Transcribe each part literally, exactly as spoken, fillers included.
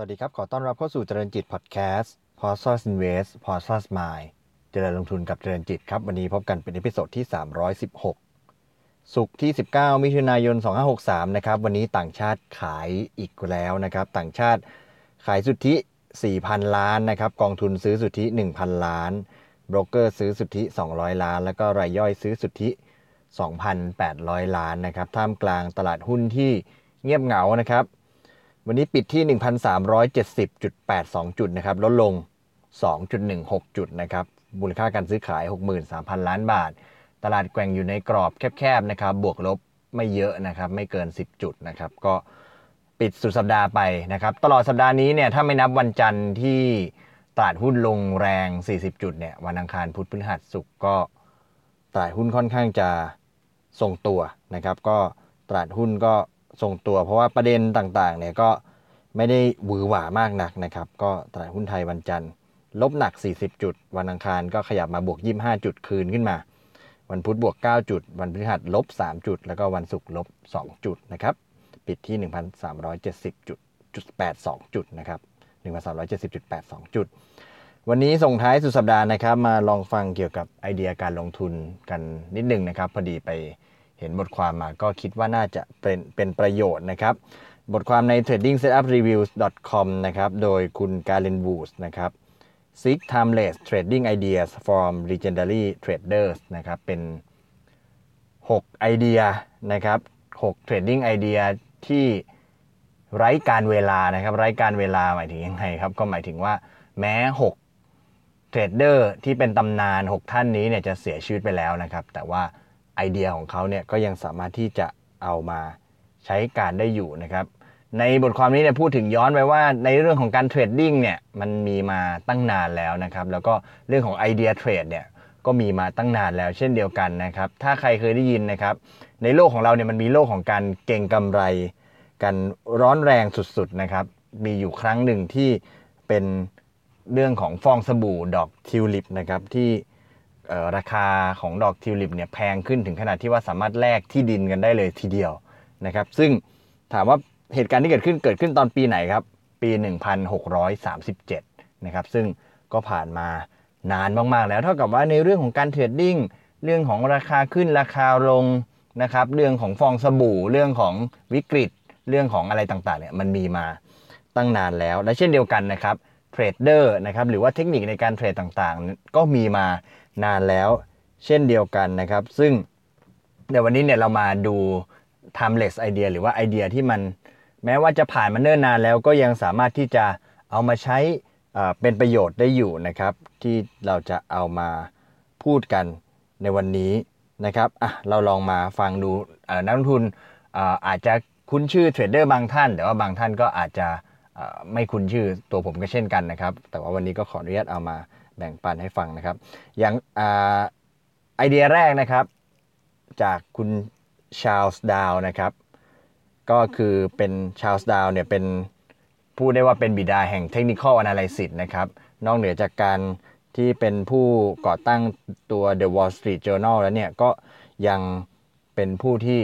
วัสดีครับขอต้อนรับเข้าสู่เจริญจิตพอดแคสต์ Portfolio Invest Portfolio Mind เจริญลงทุนกับเจริญจิตครับวันนี้พบกันเป็นเอพิโซดที่สามร้อยสิบหกศุกร์ที่สิบเก้ามิถุนายนสองพันห้าร้อยหกสิบสามนะครับวันนี้ต่างชาติขายอีกแล้วนะครับต่างชาติขายสุทธิ สี่พัน ล้านนะครับกองทุนซื้อสุทธิ หนึ่งพัน ล้านโบรกเกอร์ซื้อสุทธิสองร้อยล้านแล้วก็รายย่อยซื้อสุทธิ สองพันแปดร้อย ล้านนะครับท่ามกลางตลาดหุ้นที่เงียบเหงานะครับวันนี้ปิดที่ หนึ่งพันสามร้อยเจ็ดสิบจุดแปดสอง จุดนะครับลดลง สองจุดหนึ่งหก จุดนะครับมูลค่าการซื้อขาย หกหมื่นสามพัน ล้านบาทตลาดแกว่งอยู่ในกรอบแคบๆนะครับบวกลบไม่เยอะนะครับไม่เกินสิบจุดนะครับก็ปิดสุดสัปดาห์ไปนะครับตลอดสัปดาห์นี้เนี่ยถ้าไม่นับวันจันทร์ที่ตลาดหุ้นลงแรงสี่สิบจุดเนี่ยวันอังคารพุธพฤหัสศุกร์ก็ตลาดหุ้นค่อนข้างจะทรงตัวนะครับก็ตลาดหุ้นก็ทรงตัวเพราะว่าประเด็นต่างๆเนี่ยก็ไม่ได้หวือหวามากนักนะครับก็ตลาดหุ้นไทยวันจันทร์ลบหนักสี่สิบจุดวันอังคารก็ขยับมาบวกยี่สิบห้าจุดคืนขึ้นมาวันพุธบวกเก้าจุดวันพฤหัสลบสามจุดแล้วก็วันศุกร์ลบสองจุดนะครับปิดที่ หนึ่งพันสามร้อยเจ็ดสิบจุดแปดสอง จุดนะครับ หนึ่งพันสามร้อยเจ็ดสิบจุดแปดสอง จุดวันนี้ส่งท้ายสุดสัปดาห์นะครับมาลองฟังเกี่ยวกับไอเดียการลงทุนกันนิดนึงนะครับพอดีไปเห็นบทความมาก็คิดว่าน่าจะเป็นเป็นประโยชน์นะครับบทความใน เทรดดิ้งเซตอัพรีวิวส์ ดอท คอม นะครับโดยคุณกาเลนวูดส์นะครับ Six Timeless Trading Ideas from Legendary Traders นะครับเป็นหกไอเดียนะครับหก Trading Idea ที่ไร้การเวลานะครับไร้การเวลาหมายถึงยังไงครับก็หมายถึงว่าแม้หกเทรดเดอร์ที่เป็นตำนานหกท่านนี้เนี่ยจะเสียชีวิตไปแล้วนะครับแต่ว่าไอเดียของเขาเนี่ยก็ยังสามารถที่จะเอามาใช้การได้อยู่นะครับในบทความนี้เนี่ยพูดถึงย้อนไปว่าในเรื่องของการเทรดดิ้งเนี่ยมันมีมาตั้งนานแล้วนะครับแล้วก็เรื่องของไอเดียเทรดเนี่ยก็มีมาตั้งนานแล้วเช่นเดียวกันนะครับถ้าใครเคยได้ยินนะครับในโลกของเราเนี่ยมันมีโลกของการเก็งกำไรกันร้อนแรงสุดๆนะครับมีอยู่ครั้งหนึ่งที่เป็นเรื่องของฟองสบู่ดอกทิวลิปนะครับที่ราคาของดอกทิวลิปเนี่ยแพงขึ้นถึงขนาดที่ว่าสามารถแลกที่ดินกันได้เลยทีเดียวนะครับซึ่งถามว่าเหตุการณ์ที่เกิดขึ้นเกิดขึ้นตอนปีไหนครับปีหนึ่งพันหกร้อยสามสิบเจ็ดนะครับซึ่งก็ผ่านมานานมากๆแล้วเท่ากับว่าในเรื่องของการเทรดดิ้งเรื่องของราคาขึ้นราคาลงนะครับเรื่องของฟองสบู่เรื่องของวิกฤตเรื่องของอะไรต่างๆเนี่ยมันมีมาตั้งนานแล้วและเช่นเดียวกันนะครับเทรดเดอร์นะครับหรือว่าเทคนิคในการเทรดต่างๆก็มีมานานแล้วเช่นเดียวกันนะครับซึ่งเดี๋ยววันนี้เนี่ยเรามาดู timeless idea หรือว่าไอเดียที่มันแม้ว่าจะผ่านมาเนิ่นนานแล้วก็ยังสามารถที่จะเอามาใช้เป็นประโยชน์ได้อยู่นะครับที่เราจะเอามาพูดกันในวันนี้นะครับอ่ะเราลองมาฟังดูนักลงทุนอาจจะคุ้นชื่อเทรดเดอร์บางท่านแต่ว่าบางท่านก็อาจจะไม่คุ้นชื่อตัวผมก็เช่นกันนะครับแต่ว่าวันนี้ก็ขออนุญาตเอามาแบ่งปันให้ฟังนะครับอย่างไอเดียแรกนะครับจากคุณชาร์ลส์ดาวนะครับก็คือเป็นชาร์ลส์ดาวเนี่ยเป็นพูดได้ว่าเป็นบิดาแห่ง Technical Analysis นะครับนอกเหนือจากการที่เป็นผู้ก่อตั้งตัว The Wall Street Journal แล้วเนี่ยก็ยังเป็นผู้ที่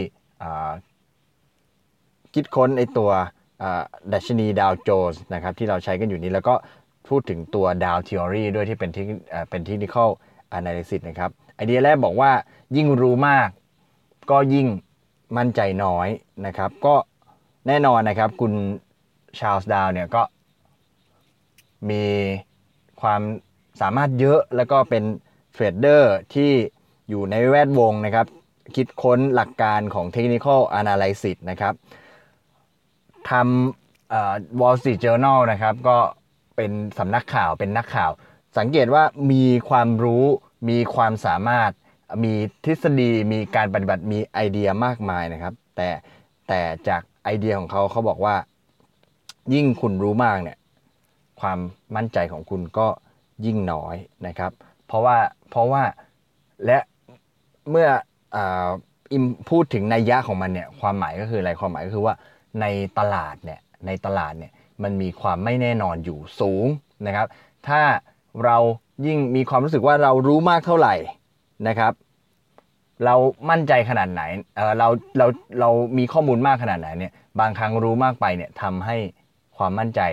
คิดค้นไอตัวดัชนีดาวโจนส์นะครับที่เราใช้กันอยู่นี้แล้วก็พูดถึงตัวดาวทีออรีด้วยที่เป็นเป็น Technical Analysis นะครับไอเดียแรกบอกว่ายิ่งรู้มากก็ยิ่งมั่นใจน้อยนะครับก็แน่นอนนะครับคุณชาร์ลส์ดาวเนี่ยก็มีความสามารถเยอะแล้วก็เป็นเทรดเดอร์ที่อยู่ในแวดวงนะครับคิดค้นหลักการของ Technical Analysis นะครับทำเอ่อ Wall Street Journal นะครับก็เป็นสำนักข่าวเป็นนักข่าวสังเกตว่ามีความรู้มีความสามารถมีทฤษฎีมีการปฏิบัติมีไอเดียมากมายนะครับแต่แต่จากไอเดียของเขาเขาบอกว่ายิ่งคุณรู้มากเนี่ยความมั่นใจของคุณก็ยิ่งน้อยนะครับเพราะว่าเพราะว่าและเมื่ออ่าพูดถึงนัยยะของมันเนี่ยความหมายก็คืออะไรความหมายก็คือว่าในตลาดเนี่ยในตลาดเนี่ยมันมีความไม่แน่นอนอยู่สูงนะครับถ้าเรายิ่งมีความรู้สึกว่าเรารู้มากเท่าไหร่นะครับเรามั่นใจขนาดไหนเออเราเราเรามีข้อมูลมากขนาดไหนเนี่ยบางครั้งรู้มากไปเนี่ยทำให้ความมั่นใจ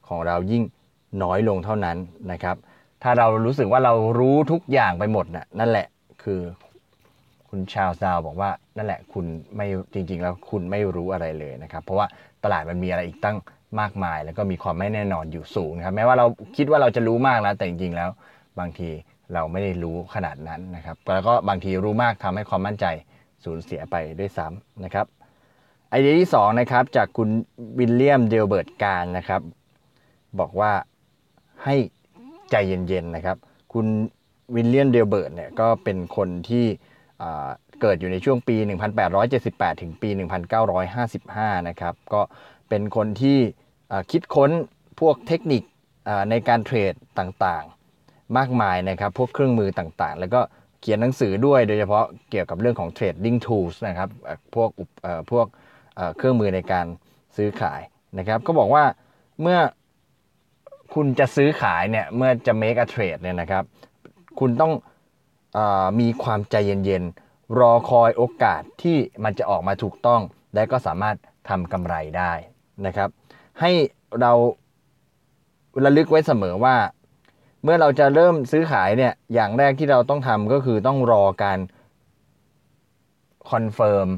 ของเรายิ่งน้อยลงเท่านั้นนะครับถ้าเรารู้สึกว่าเรารู้ทุกอย่างไปหมดนะนั่นแหละคือคุณชาลส์ดาวบอกว่านั่นแหละคุณไม่จริงๆแล้วคุณไม่รู้อะไรเลยนะครับเพราะว่าตลาดมันมีอะไรอีกตั้งมากมายแล้วก็มีความไม่แน่นอนอยู่สูงนะครับแม้ว่าเราคิดว่าเราจะรู้มากแล้วแต่จริงๆแล้วบางทีเราไม่ได้รู้ขนาดนั้นนะครับแล้วก็บางทีรู้มากทำให้ความมั่นใจสูญเสียไปด้วยซ้ำนะครับไอเดียที่สองนะครับจากคุณวิลเลียมเดลเบิร์ตการนะครับบอกว่าให้ใจเย็นๆนะครับคุณวิลเลียมเดลเบิร์ตเนี่ยก็เป็นคนที่เกิดอยู่ในช่วงปีหนึ่งพันแปดร้อยเจ็ดสิบแปดถึงปีหนึ่งพันเก้าร้อยห้าสิบห้านะครับก็เป็นคนที่คิดค้นพวกเทคนิคในการเทรดต่างๆมากมายนะครับพวกเครื่องมือต่างๆแล้วก็เขียนหนังสือด้วยโดยเฉพาะเกี่ยวกับเรื่องของ trading tools นะครับพวกพวกเครื่องมือในการซื้อขายนะครับก็บอกว่าเมื่อคุณจะซื้อขายเนี่ยเมื่อจะ make a trade เนี่ยนะครับคุณต้องเอ่อมีความใจเย็นๆรอคอยโอกาสที่มันจะออกมาถูกต้องและก็สามารถทำกำไรได้นะครับให้เราระลึกไว้เสมอว่าเมื่อเราจะเริ่มซื้อขายเนี่ยอย่างแรกที่เราต้องทำก็คือต้องรอการคอนเฟิร์ม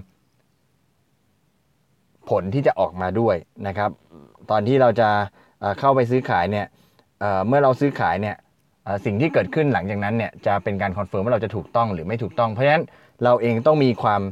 ผลที่จะออกมาด้วยนะครับตอนที่เราจะเข้าไปซื้อขายเนี่ย เ, เมื่อเราซื้อขายเนี่ยสิ่งที่เกิดขึ้นหลังจากนั้นเนี่ยจะเป็นการคอนเฟิร์มว่าเราจะถูกต้องหรือไม่ถูกต้องเพราะฉะนั้นเราเองต้องมีความ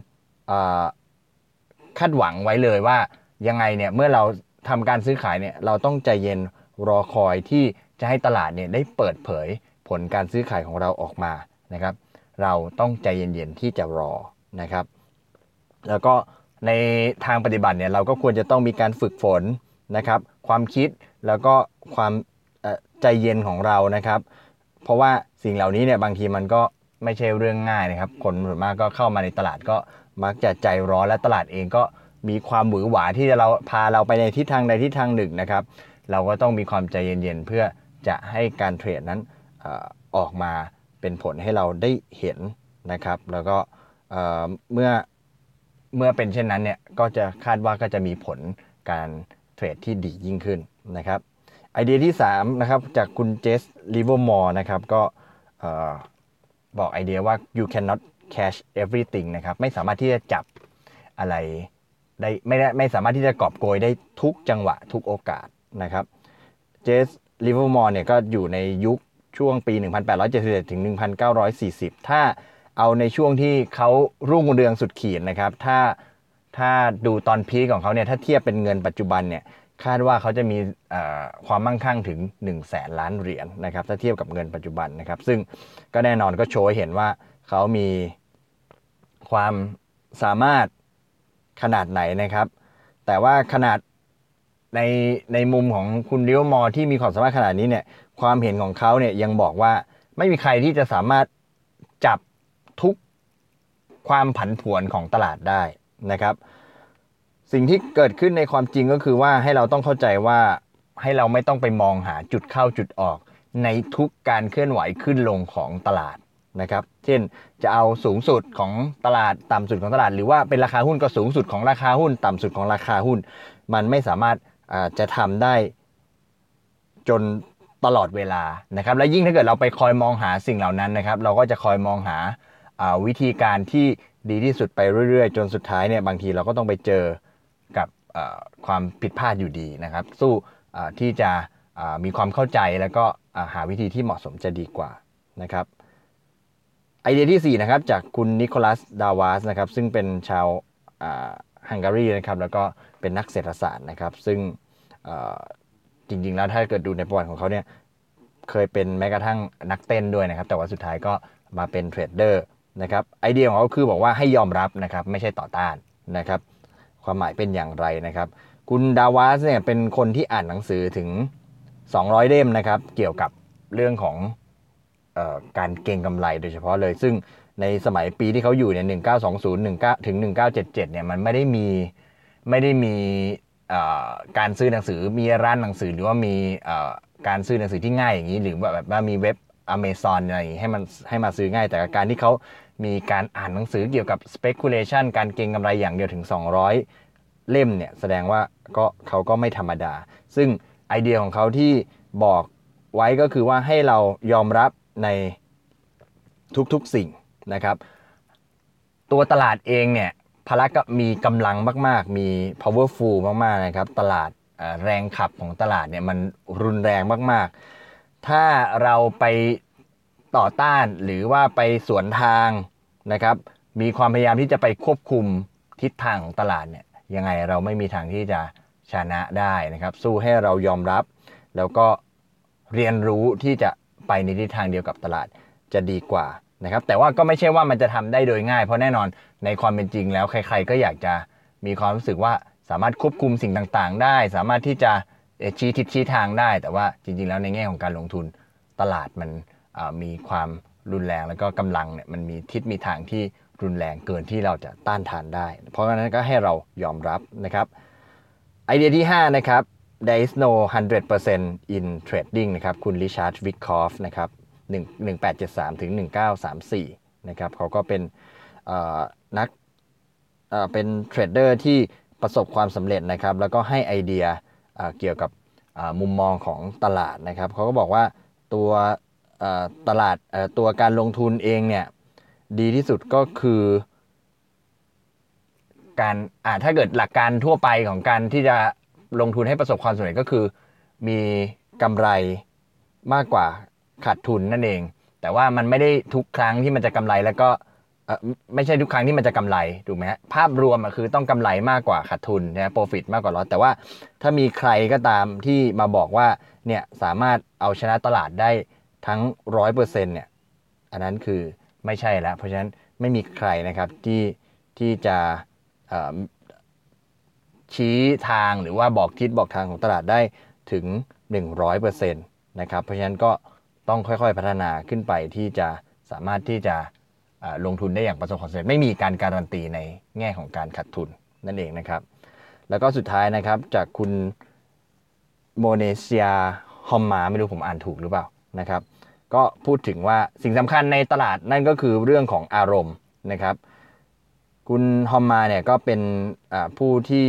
คาดหวังไว้เลยว่ายังไงเนี่ยเมื่อเราทำการซื้อขายเนี่ยเราต้องใจเย็นรอคอยที่จะให้ตลาดเนี่ยได้เปิดเผยผลการซื้อขายของเราออกมานะครับเราต้องใจเย็นๆที่จะรอนะครับแล้วก็ในทางปฏิบัติเนี่ยเราก็ควรจะต้องมีการฝึกฝนนะครับความคิดแล้วก็ความใจเย็นของเรานะครับเพราะว่าสิ่งเหล่านี้เนี่ยบางทีมันก็ไม่ใช่เรื่องง่ายนะครับคนส่วนมากก็เข้ามาในตลาดก็มักจะใจร้อนและตลาดเองก็มีความหวือหวาที่จะเราพาเราไปในทิศทางใดทิศทางหนึ่งนะครับเราก็ต้องมีความใจเย็นๆเพื่อจะให้การเทรดนั้นเอ่อออกมาเป็นผลให้เราได้เห็นนะครับแล้วก็เอ่อเมื่อเมื่อเป็นเช่นนั้นเนี่ยก็จะคาดว่าก็จะมีผลการเทรดที่ดียิ่งขึ้นนะครับไอเดียที่สามนะครับจากคุณเจสลิเวอร์มอร์นะครับก็บอกไอเดียว่า you cannot catch everything นะครับไม่สามารถที่จะจับอะไรได้ไม่ได้ไม่สามารถที่จะกอบโกยได้ทุกจังหวะทุกโอกาสนะครับเจสลิเวอร์มอร์เนี่ยก็อยู่ในยุคช่วงปีหนึ่งพันแปดร้อยเจ็ดสิบเอ็ดถึงหนึ่งพันเก้าร้อยสี่สิบถ้าเอาในช่วงที่เขารุ่งเรืองสุดขีดนะครับถ้าถ้าดูตอนพีคของเขาเนี่ยถ้าเทียบเป็นเงินปัจจุบันเนี่ยคาดว่าเขาจะมีความมั่งคั่งถึงหนึ่งแสนล้านเหรียญ น, นะครับถ้าเทียบกับเงินปัจจุบันนะครับซึ่งก็แน่นอนก็โชว์ให้เห็นว่าเขามีความสามารถขนาดไหนนะครับแต่ว่าขนาดในในมุมของคุณลิเวอร์มอร์ที่มีความสามารถขนาดนี้เนี่ยความเห็นของเขาเนี่ยยังบอกว่าไม่มีใครที่จะสามารถจับทุกความผันผวนของตลาดได้นะครับสิ่งที่เกิดขึ้นในความจริงก็คือว่าให้เราต้องเข้าใจว่าให้เราไม่ต้องไปมองหาจุดเข้าจุดออกในทุกการเคลื่อนไหวขึ้นลงของตลาดนะครับเช่นจะเอาสูงสุดของตลาดต่ำสุดของตลาดหรือว่าเป็นราคาหุ้นก็สูงสุดของราคาหุ้นต่ำสุดของราคาหุ้นมันไม่สามารถจะทำได้จนตลอดเวลานะครับและยิ่งถ้าเกิดเราไปคอยมองหาสิ่งเหล่านั้นนะครับเราก็จะคอยมองหาวิธีการที่ดีที่สุดไปเรื่อยๆจนสุดท้ายเนี่ยบางทีเราก็ต้องไปเจอกับความผิดพลาดอยู่ดีนะครับสู้ที่จะมีความเข้าใจแล้วก็หาวิธีที่เหมาะสมจะดีกว่านะครับไอเดียที่สี่นะครับจากคุณนิโคลัสดาวาสนะครับซึ่งเป็นชาวฮังการีนะครับแล้วก็เป็นนักเศรษฐศาสตร์นะครับซึ่งจริงๆแล้วถ้าเกิดดูในประวัติของเขาเนี่ยเคยเป็นแม้กระทั่งนักเต้นด้วยนะครับแต่ว่าสุดท้ายก็มาเป็นเทรดเดอร์นะครับไอเดียของเขาคือบอกว่าให้ยอมรับนะครับไม่ใช่ต่อต้านนะครับความหมายเป็นอย่างไรนะครับคุณดาวาสเนี่ยเป็นคนที่อ่านหนังสือถึงสองร้อยเล่มนะครับเกี่ยวกับเรื่องของเอ่อการเก็งกำไรโดยเฉพาะเลยซึ่งในสมัยปีที่เขาอยู่เนี่ยหนึ่งพันเก้าร้อยยี่สิบ หนึ่งเก้าถึงหนึ่งพันเก้าร้อยเจ็ดสิบเจ็ดเนี่ยมันไม่ได้มีไม่ได้มีเอ่อการซื้อหนังสือมีร้านหนังสือหรือว่ามีเอ่อการซื้อหนังสือที่ง่ายอย่างนี้หรือแบบว่ามีเว็บ Amazon อะไรอย่างนี้ให้มันให้มาซื้อง่ายแต่การที่เขามีการอ่านหนังสือเกี่ยวกับ speculation การเก็งกำไรอย่างเดียวถึงสองร้อยเล่มเนี่ยแสดงว่าก็เขาก็ไม่ธรรมดาซึ่งไอเดียของเขาที่บอกไว้ก็คือว่าให้เรายอมรับในทุกๆสิ่งนะครับตัวตลาดเองเนี่ยพละก็มีกำลังมากๆมี powerful มากๆนะครับตลาดแรงขับของตลาดเนี่ยมันรุนแรงมากๆถ้าเราไปต่อต้านหรือว่าไปสวนทางนะครับมีความพยายามที่จะไปควบคุมทิศทางของตลาดเนี่ยยังไงเราไม่มีทางที่จะชนะได้นะครับสู้ให้เรายอมรับแล้วก็เรียนรู้ที่จะไปในทิศทางเดียวกับตลาดจะดีกว่านะครับแต่ว่าก็ไม่ใช่ว่ามันจะทำได้โดยง่ายเพราะแน่นอนในความเป็นจริงแล้วใครๆก็อยากจะมีความรู้สึกว่าสามารถควบคุมสิ่งต่างๆได้สามารถที่จะชี้ทิศชี้ทางได้แต่ว่าจริงๆแล้วในแง่ของการลงทุนตลาดมันมีความรุนแรงแล้วก็กำลังเนี่ยมันมีทิศมีทางที่รุนแรงเกินที่เราจะต้านทานได้เพราะฉะนั้นก็ให้เรายอมรับนะครับไอเดียที่ห้านะครับ there is no one hundred percent in trading นะครับคุณริชาร์ดวิคคอฟนะครับหนึ่ง หนึ่งแปดเจ็ดสามถึงหนึ่งเก้าสามสี่นะครับเขาก็เป็นนักเอ่อเป็นเทรดเดอร์ที่ประสบความสำเร็จนะครับแล้วก็ให้ไอเดียเกี่ยวกับมุมมองของตลาดนะครับเขาก็บอกว่าตัวตลาดตัวการลงทุนเองเนี่ยดีที่สุดก็คือการอ่าถ้าเกิดหลักการทั่วไปของการที่จะลงทุนให้ประสบความสำเร็จก็คือมีกำไรมากกว่าขาดทุนนั่นเองแต่ว่ามันไม่ได้ทุกครั้งที่มันจะกำไรแล้วก็ไม่ใช่ทุกครั้งที่มันจะกำไรถูกไหมฮะภาพรวมคือต้องกำไรมากกว่าขาดทุนนะโปรฟิตมากกว่าลอสแต่ว่าถ้ามีใครก็ตามที่มาบอกว่าเนี่ยสามารถเอาชนะตลาดได้ทั้ง ร้อยเปอร์เซ็นต์ เนี่ยอันนั้นคือไม่ใช่แล้วเพราะฉะนั้นไม่มีใครนะครับที่ที่จะชี้ทางหรือว่าบอกทิศบอกทางของตลาดได้ถึง หนึ่งร้อยเปอร์เซ็นต์ นะครับเพราะฉะนั้นก็ต้องค่อยๆพัฒนาขึ้นไปที่จะสามารถที่จะลงทุนได้อย่างประสบความสำเร็จไม่มีการการันตีในแง่ของการขาดทุนนั่นเองนะครับแล้วก็สุดท้ายนะครับจากคุณโมเนเซียฮอมมาไม่รู้ผมอ่านถูกหรือเปล่านะครับก็พูดถึงว่าสิ่งสำคัญในตลาดนั่นก็คือเรื่องของอารมณ์นะครับคุณฮอมมาเนี่ยก็เป็นผู้ที่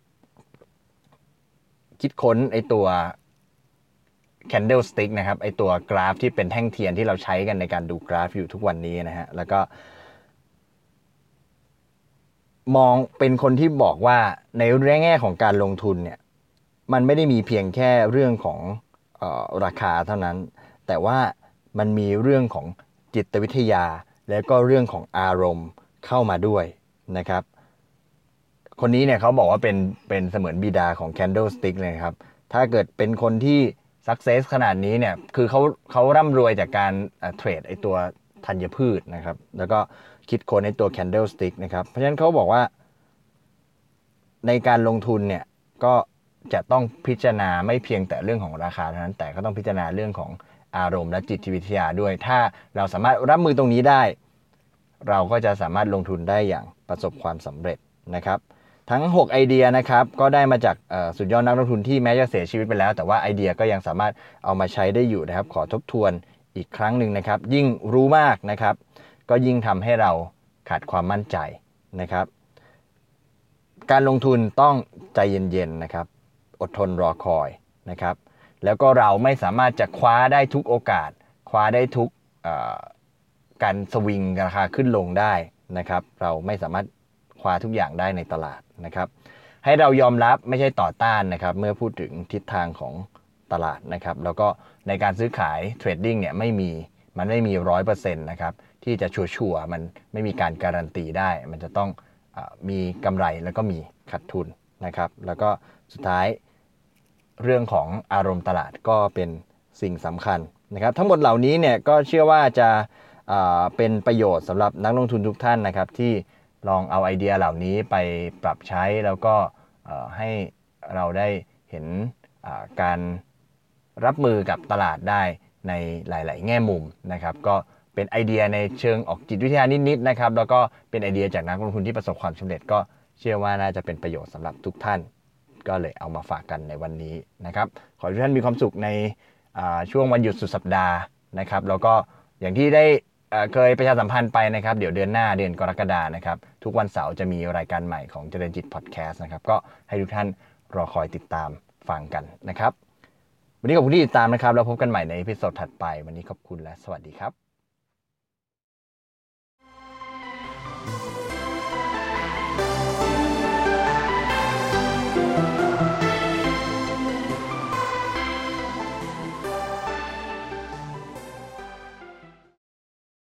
คิดค้นไอตัว candlestick นะครับไอตัวกราฟที่เป็นแท่งเทียนที่เราใช้กันในการดูกราฟอยู่ทุกวันนี้นะฮะแล้วก็มองเป็นคนที่บอกว่าในแง่ของการลงทุนเนี่ยมันไม่ได้มีเพียงแค่เรื่องของเอ่อราคาเท่านั้นแต่ว่ามันมีเรื่องของจิตวิทยาแล้วก็เรื่องของอารมณ์เข้ามาด้วยนะครับคนนี้เนี่ยเขาบอกว่าเป็นเป็นเสมือนบิดาของ candlestick เลยครับถ้าเกิดเป็นคนที่success ขนาดนี้เนี่ยคือเขาเขาร่ำรวยจากการเทรดไอตัวธัญพืชนะครับแล้วก็คิดค้นในตัว candlestick นะครับเพราะฉะนั้นเขาบอกว่าในการลงทุนเนี่ยก็จะต้องพิจารณาไม่เพียงแต่เรื่องของราคาเท่านั้นแต่ก็ต้องพิจารณาเรื่องของอารมณ์และจิตวิทยาด้วยถ้าเราสามารถรับมือตรงนี้ได้เราก็จะสามารถลงทุนได้อย่างประสบความสำเร็จนะครับทั้งหกไอเดียนะครับก็ได้มาจากสุดยอดนักลงทุนที่แม้จะเสียชีวิตไปแล้วแต่ว่าไอเดียก็ยังสามารถเอามาใช้ได้อยู่นะครับขอทบทวนอีกครั้งหนึ่งนะครับยิ่งรู้มากนะครับก็ยิ่งทำให้เราขาดความมั่นใจนะครับการลงทุนต้องใจเย็นๆนะครับอดทนรอคอยนะครับแล้วก็เราไม่สามารถจะคว้าได้ทุกโอกาสคว้าได้ทุกการสวิงราคาขึ้นลงได้นะครับเราไม่สามารถคว้าทุกอย่างได้ในตลาดนะครับให้เรายอมรับไม่ใช่ต่อต้านนะครับเมื่อพูดถึงทิศทางของตลาดนะครับแล้วก็ในการซื้อขายเทรดดิ้งเนี่ยไม่มีมันไม่มี ร้อยเปอร์เซ็นต์ นะครับที่จะชัวร์ๆมันไม่มีการการันตีได้มันจะต้องเอ่อมีกำไรแล้วก็มีขาดทุนนะครับแล้วก็สุดท้ายเรื่องของอารมณ์ตลาดก็เป็นสิ่งสำคัญนะครับทั้งหมดเหล่านี้เนี่ยก็เชื่อว่าจะเอ่อเป็นประโยชน์สำหรับนักลงทุนทุกท่านนะครับที่ลองเอาไอเดียเหล่านี้ไปปรับใช้แล้วก็ให้เราได้เห็นการรับมือกับตลาดได้ในหลายๆแง่มุมนะครับก็เป็นไอเดียในเชิงออกจิตวิทยานิดๆนะครับแล้วก็เป็นไอเดียจากนักลงทุนที่ประสบความสำเร็จก็เชื่อว่าน่าจะเป็นประโยชน์สำหรับทุกท่านก็เลยเอามาฝากกันในวันนี้นะครับขอให้ทุกท่านมีความสุขในช่วงวันหยุดสุดสัปดาห์นะครับแล้วก็อย่างที่ได้เคยประชาสัมพันธ์ไปนะครับเดี๋ยวเดือนหน้าเดือนกรกฎานะครับทุกวันเสาร์จะมีรายการใหม่ของเจริญจิตพอดแคสต์นะครับก็ให้ทุกท่านรอคอยติดตามฟังกันนะครับวันนี้ขอบคุณที่ติดตามนะครับแล้วพบกันใหม่ในเอพิโซดถัดไปวันนี้ขอบคุณและสวัสดีครับ